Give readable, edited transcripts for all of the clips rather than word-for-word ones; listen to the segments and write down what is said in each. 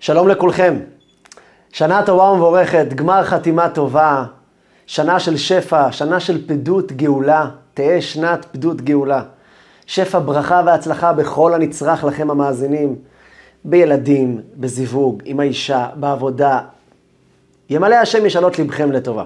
שלום לכולכם. שנה טובה ומבורכת, גמר חתימה טובה, שנה של שפע, שנה של פדות גאולה, תהיה שנת פדות גאולה. שפע ברכה והצלחה בכל הנצרך לכם המאזינים, בילדים, בזיווג, עם האישה, בעבודה. ימלא השם ישאלות לבכם לטובה.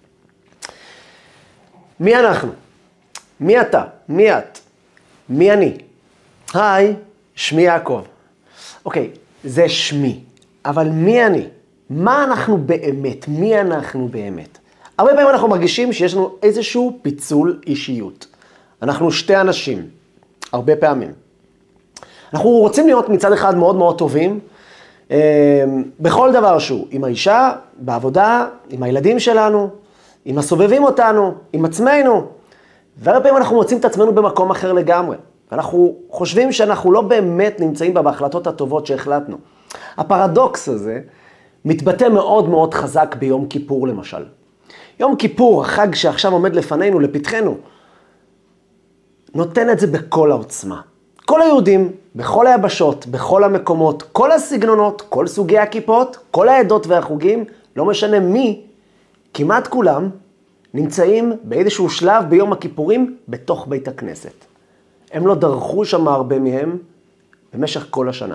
מי אנחנו? מי אתה? מי את? מי אני? היי, שמי יעקב. אוקיי, זה שמי. אבל מי אני? מה אנחנו באמת? מי אנחנו באמת? הרבה פעמים אנחנו מרגישים שיש לנו איזשהו פיצול אישיות. אנחנו שתי אנשים, הרבה פעמים. אנחנו רוצים להיות מצד אחד מאוד מאוד טובים, בכל דבר שהוא, עם האישה, בעבודה, עם הילדים שלנו, עם הסובבים אותנו, עם עצמנו. והרבה פעמים אנחנו מוצאים את עצמנו במקום אחר לגמרי. אנחנו חושבים שאנחנו לא באמת נמצאים בה בהחלטות הטובות שהחלטנו. הפרדוקס הזה מתבטא מאוד מאוד חזק ביום כיפור למשל. יום כיפור, החג שעכשיו עומד לפנינו, לפתחנו, נותן את זה בכל העוצמה. כל היהודים, בכל היבשות, בכל המקומות, כל הסגנונות, כל סוגי הכיפות, כל העדות והחוגים, לא משנה מי, כמעט כולם נמצאים באיזשהו שלב ביום הכיפורים בתוך בית הכנסת. הם לא דרכו שם הרבה מהם במשך כל השנה.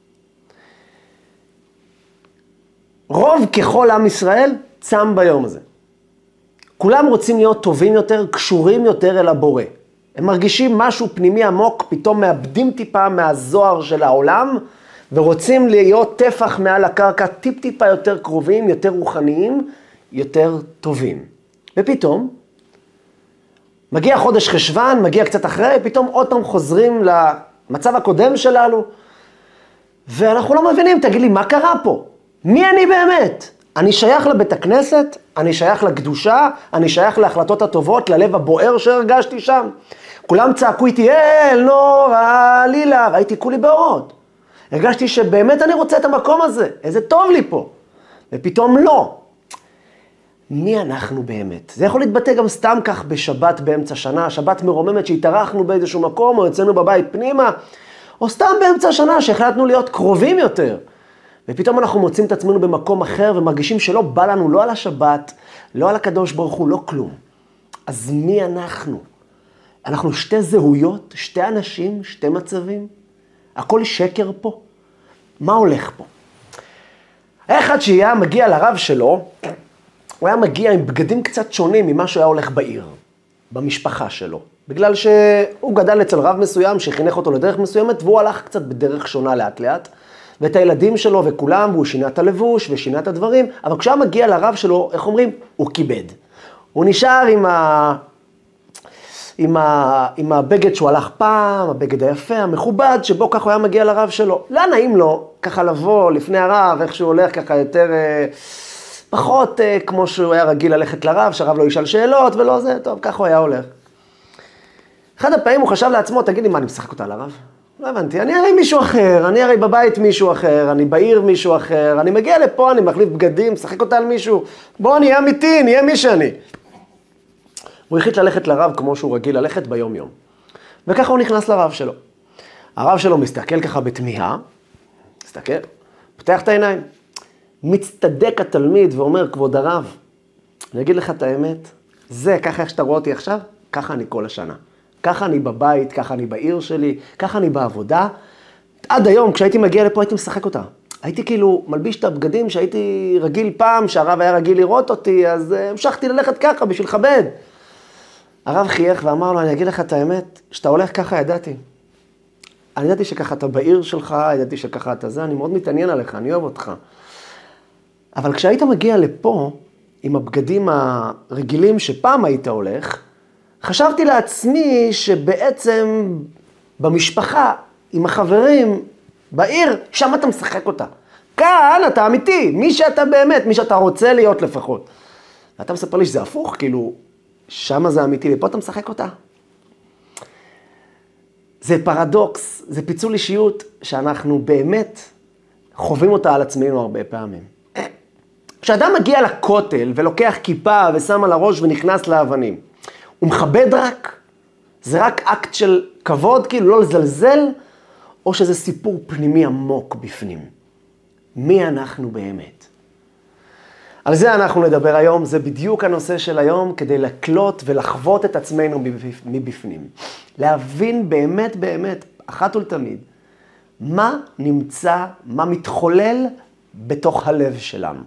רוב ככל עם ישראל צם ביום הזה. כולם רוצים להיות טובים יותר, קשורים יותר אל הבורא. הם מרגישים משהו פנימי עמוק, פתאום מאבדים טיפה מהזוהר של העולם, ורוצים להיות טפח מעל הקרקע, טיפה יותר קרובים, יותר רוחניים, יותר טובים. ופתאום, מגיע חודש חשוון, מגיע קצת אחרי, פתאום עוד פעם חוזרים למצב הקודם שלנו, ואנחנו לא מבינים, תגיד לי, מה קרה פה? מי אני באמת? אני שייך לבית הכנסת, אני שייך לקדושה, אני שייך להחלטות הטובות, ללב הבוער שהרגשתי שם. כולם צעקו איתי, אלנור, לילה, והייתי כולי באורות. הרגשתי שבאמת אני רוצה את המקום הזה, איזה טוב לי פה. ופתאום לא. מי אנחנו באמת? זה יכול להתבטא גם סתם כך בשבת באמצע שנה, שבת מרוממת שהתארחנו באיזשהו מקום, או יצאנו בבית פנימה, או סתם באמצע שנה שהחלטנו להיות קרובים יותר. ופתאום אנחנו מוצאים את עצמנו במקום אחר ומרגישים שלא בא לנו לא על השבת, לא על הקדוש ברוך הוא, לא כלום. אז מי אנחנו? אנחנו שתי זהויות, שתי אנשים, שתי מצבים. הכל שקר פה. מה הולך פה? האחד שהיה מגיע לרב שלו, הוא היה מגיע עם בגדים קצת שונים ממה שהוא היה הולך בעיר, במשפחה שלו. בגלל שהוא גדל אצל רב מסוים שחינך אותו לדרך מסוימת, והוא הלך קצת בדרך שונה לאט לאט. ואת הילדים שלו וכולם, והוא שינה את הלבוש ושינה את הדברים, אבל כשהוא מגיע לרב שלו, איך אומרים? הוא כיבד. הוא נשאר עם הבגד שהוא הלך פעם, הבגד היפה, המכובד, שבו ככה הוא היה מגיע לרב שלו. לא נעים לו ככה לבוא לפני הרב, איך שהוא הולך ככה יותר, פחות כמו שהוא היה רגיל ללכת לרב, שהרב לא ישאל שאלות ולא זה, טוב, ככה הוא היה הולך. אחד הפעמים הוא חשב לעצמו, תגיד לי מה, אני משחק אותה לרב? לא הבנתי, אני הרי מישהו אחר, אני הרי בבית מישהו אחר, אני בעיר מישהו אחר, אני מגיע לפה, אני מחליף בגדים, משחק אותה על מישהו, בוא נהיה אמיתי, נהיה מי שאני. הוא החליט ללכת לרב כמו שהוא רגיל ללכת ביום יום. וככה הוא נכנס לרב שלו. הרב שלו מסתכל ככה בתמיהה, מסתכל, פותח את העיניים, מצטדק התלמיד ואומר, כבוד הרב, אני אגיד לך את האמת, זה ככה איך שאתה רואה אותי עכשיו, ככה אני כל השנה. ככה אני בבית, ככה אני בעיר שלי, ככה אני בעבודה. עד היום, כשהייתי מגיע לפה, הייתי משחק אותה. הייתי כאילו מלביש את הבגדים שהייתי רגיל פעם, שהרב היה רגיל לראות אותי, אז המשכתי ללכת ככה בשביל לכבד. הרב חייך ואמר לו, אני אגיד לך את האמת, שאתה הולך ככה, ידעתי. אני ידעתי שככה אתה בעיר שלך, ידעתי שככה אתה זה, אני מאוד מתעניין עליך, אני אוהב אותך. אבל כשהיית מגיע לפה, עם הבגדים הרגילים שפעם היית הולך, חשבתי לעצמי שבעצם במשפחה, עם החברים, בעיר, שם אתה משחק אותה. כאן אתה אמיתי, מי שאתה באמת, מי שאתה רוצה להיות לפחות. ואתה מספר לי שזה הפוך, כאילו, שם זה אמיתי, ופה אתה משחק אותה. זה פרדוקס, זה פיצול אישיות שאנחנו באמת חווים אותה על עצמנו הרבה פעמים. כשאדם מגיע לכותל ולוקח כיפה ושם על הראש ונכנס לאבנים, הוא מכבד רק? זה רק אקט של כבוד, כאילו לא לזלזל, או שזה סיפור פנימי עמוק בפנים? מי אנחנו באמת. על זה אנחנו נדבר היום, זה בדיוק הנושא של היום, כדי לקלוט ולחוות את עצמנו מבפנים. להבין באמת, באמת, אחת ולתמיד, מה נמצא, מה מתחולל בתוך הלב שלנו.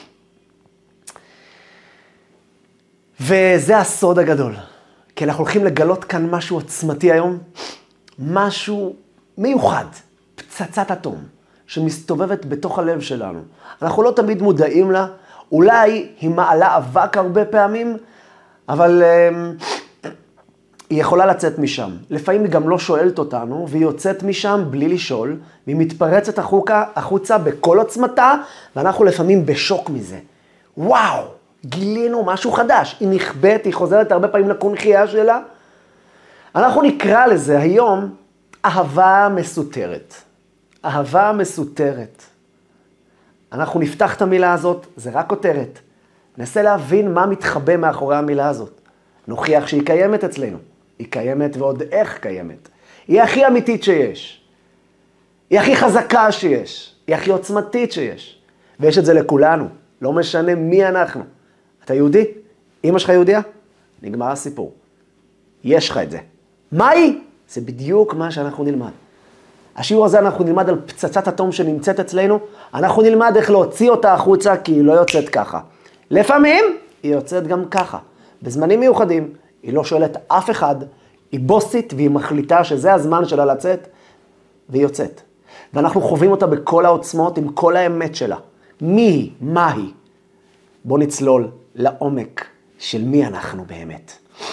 וזה הסוד הגדול, כי אנחנו הולכים לגלות כאן משהו עוצמתי היום, משהו מיוחד, פצצת אטום, שמסתובבת בתוך הלב שלנו. אנחנו לא תמיד מודעים לה, אולי היא מעלה אבק הרבה פעמים, אבל היא יכולה לצאת משם. לפעמים היא גם לא שואלת אותנו, והיא יוצאת משם בלי לשאול, והיא מתפרצת החוצה בכל עוצמתה, ואנחנו לפעמים בשוק מזה. וואו, גילינו משהו חדש. היא נכבאת, היא חוזרת הרבה פעמים לקונחייה שלה. אנחנו נקרא לזה היום אהבה מסותרת. אהבה מסותרת. אנחנו נפתח את המילה הזאת, זה רק כותרת. ננסה להבין מה מתחבא מאחורי המילה הזאת. נוכיח שהיא קיימת אצלנו. היא קיימת ועוד איך קיימת. היא הכי אמיתית שיש. היא הכי חזקה שיש. היא הכי עוצמתית שיש. ויש את זה לכולנו. לא משנה מי אנחנו. אתה יהודי? אמא שלך יהודיה? נגמר הסיפור. יש לך את זה. מה היא? זה בדיוק מה שאנחנו נלמד. השיעור הזה אנחנו נלמד על פצצת אטום שנמצאת אצלנו. אנחנו נלמד איך להוציא אותה החוצה, כי היא לא יוצאת ככה. לפעמים היא יוצאת גם ככה. בזמנים מיוחדים היא לא שואלת אף אחד, היא בוסית והיא מחליטה שזה הזמן שלה לצאת, והיא יוצאת. ואנחנו חווים אותה בכל העוצמות עם כל האמת שלה. מי היא? מה היא? בוא נצלול לעומק של מי אנחנו באמת.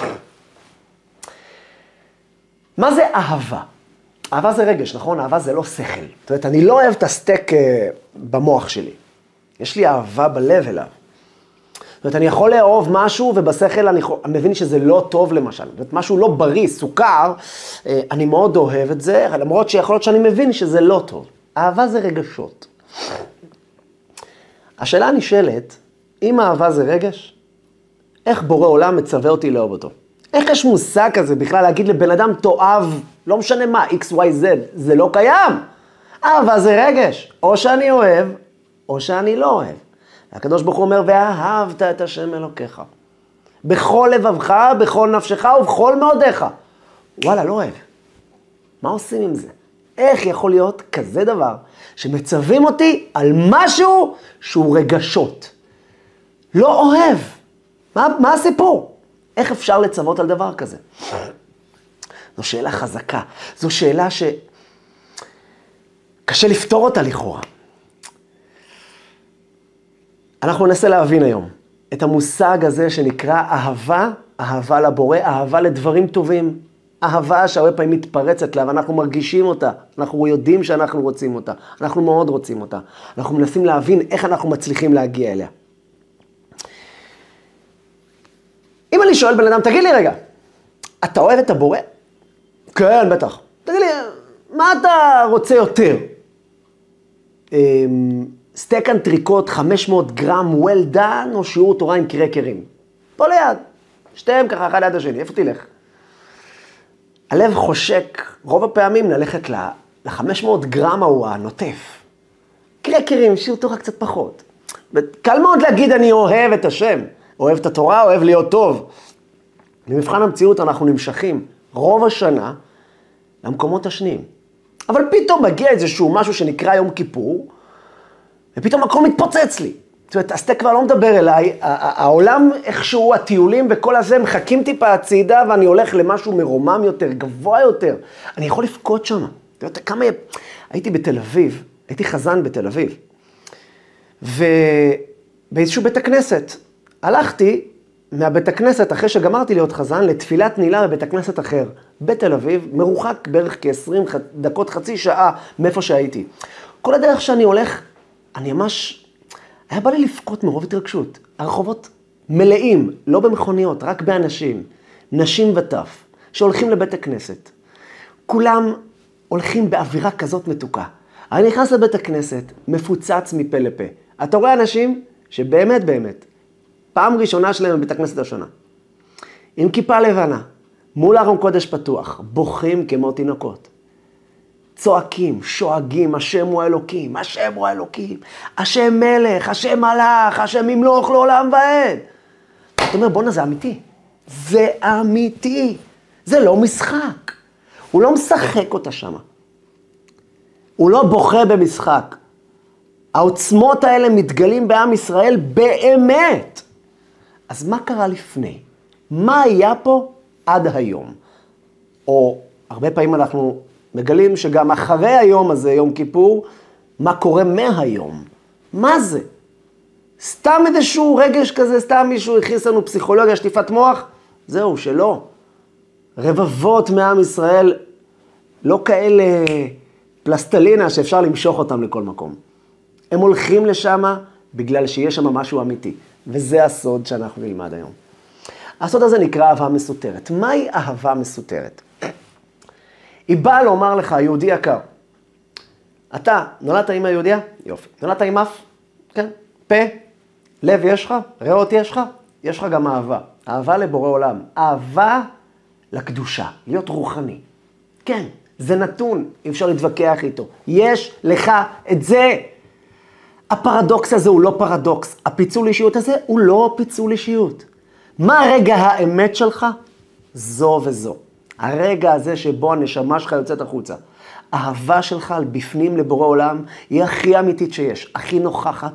מה זה אהבה? אהבה זה רגש, נכון? אהבה זה לא שכל. זאת אומרת, אני לא אוהב את הסטייק במוח שלי. יש לי אהבה בלב אליו. זאת אומרת, אני יכול לאהוב משהו ובשכל אני מבין שזה לא טוב למשל. זאת אומרת, משהו לא בריא, סוכר, אני מאוד אוהב את זה, למרות שיכול להיות שאני מבין שזה לא טוב. אהבה זה רגשות. השאלה נשאלת, אם אהבה זה רגש, איך בורא עולם מצווה אותי לאהוב אותו? איך יש מושג כזה בכלל להגיד לבן אדם תאהב, לא משנה מה, X, Y, Z, זה לא קיים. אהבה זה רגש, או שאני אוהב, או שאני לא אוהב. הקדוש ברוך הוא אומר, ואהבת את השם אלוקיך. בכל לבבך, בכל נפשך ובכל מאודיך. וואלה, לא אוהב. מה עושים עם זה? איך יכול להיות כזה דבר שמצווים אותי על משהו שהוא רגשות? לא אוהב. מה הסיפור? איך אפשר לצוות על דבר כזה? זו שאלה חזקה. זו שאלה שקשה לפתור אותה לכאורה. אנחנו ננסה להבין היום את המושג הזה שנקרא אהבה, אהבה לבורא, אהבה לדברים טובים. אהבה שהרבה פעמים מתפרצת לה, ואנחנו מרגישים אותה. אנחנו יודעים שאנחנו רוצים אותה. אנחנו מאוד רוצים אותה. אנחנו מנסים להבין איך אנחנו מצליחים להגיע אליה. אם אני שואל בן אדם, תגיד לי רגע, אתה אוהב את הבורא? כן, בטח. תגיד לי, מה אתה רוצה יותר? סטייק אנטריקוט 500 גרם well done, או שיעור תורה עם קרקרים? פה ליד. שתיהם ככה אחד ליד השני, איפה תלך? הלב חושק, רוב הפעמים נלכת ל-500 גרם ההוא הנוטף. קרקרים, שיעור תורה קצת פחות. קל מאוד להגיד אני אוהב את השם. אוהב את התורה, אוהב להיות טוב. במבחן המציאות אנחנו נמשכים רוב השנה למקומות השניים. אבל פתאום מגיע איזשהו משהו שנקרא יום כיפור, ופתאום הכל מתפוצץ לי. זאת אומרת, הסטייק כבר לא מדבר אליי, העולם איכשהו, הטיולים וכל הזה, מחכים טיפה הצידה, ואני הולך למשהו מרומם יותר, גבוה יותר. אני יכול לפקוד שם. אתה יודע, כמה... הייתי בתל אביב, הייתי חזן בתל אביב, ובאיזשהו בית הכנסת, הלכתי מהבית הכנסת, אחרי שגמרתי להיות חזן, לתפילת נעילה בבית הכנסת אחר, בתל אביב, מרוחק בערך כ-20 דקות, חצי שעה מאיפה שהייתי. כל הדרך שאני הולך, אני ממש, היה בא לי לפקוט מרוב התרגשות. הרחובות מלאים, לא במכוניות, רק באנשים, נשים וטף, שהולכים לבית הכנסת. כולם הולכים באווירה כזאת מתוקה. אני נכנס לבית הכנסת, מפוצץ מפה לפה. אתה רואה אנשים שבאמת, באמת, פעם ראשונה שלהם בבית הכנסת השונה. עם כיפה לבנה, מול ארון קודש פתוח, בוכים כמו תינוקות. צועקים, שואגים, השם הוא האלוקים, השם הוא האלוקים, השם מלך, השם מלך, השם ימלוך לעולם ועד. אתה אומר, בוא'נה, זה אמיתי. זה אמיתי. זה לא משחק. הוא לא משחק אותה שמה. הוא לא בוכה במשחק. העוצמות האלה מתגלים בעם ישראל באמת. אז מה קרה לפני? מה היה פה עד היום? או הרבה פעמים אנחנו מגלים שגם אחרי היום הזה, יום כיפור, מה קורה מהיום? מה זה? סתם איזשהו רגש כזה, סתם מישהו הכניס לנו פסיכולוגיה, שטיפת מוח? זהו, שלא. רבבות מעם ישראל, לא כאלה פלסטלינה שאפשר למשוך אותם לכל מקום. הם הולכים לשם בגלל שיש שם משהו אמיתי. וזה הסוד שאנחנו נלמד היום. הסוד הזה נקרא אהבה מסותרת. מהי אהבה מסותרת? היא באה לומר לך, יהודי יקר, אתה נולדת עם היהודיה? יופי. נולדת עם אף? כן. פה? לב יש לך? ריאות יש לך? יש לך גם אהבה. אהבה לבורא עולם. אהבה לקדושה. להיות רוחני. כן. זה נתון. אי אפשר להתווכח איתו. יש לך את זה. הפרדוקס הזה הוא לא פרדוקס. הפיצול אישיות הזה הוא לא פיצול אישיות. מה הרגע האמת שלך? זו וזו. הרגע הזה שבו הנשמה שלך יוצאת החוצה. אהבה שלך בפנים לבורא עולם היא הכי אמיתית שיש, הכי נוכחת,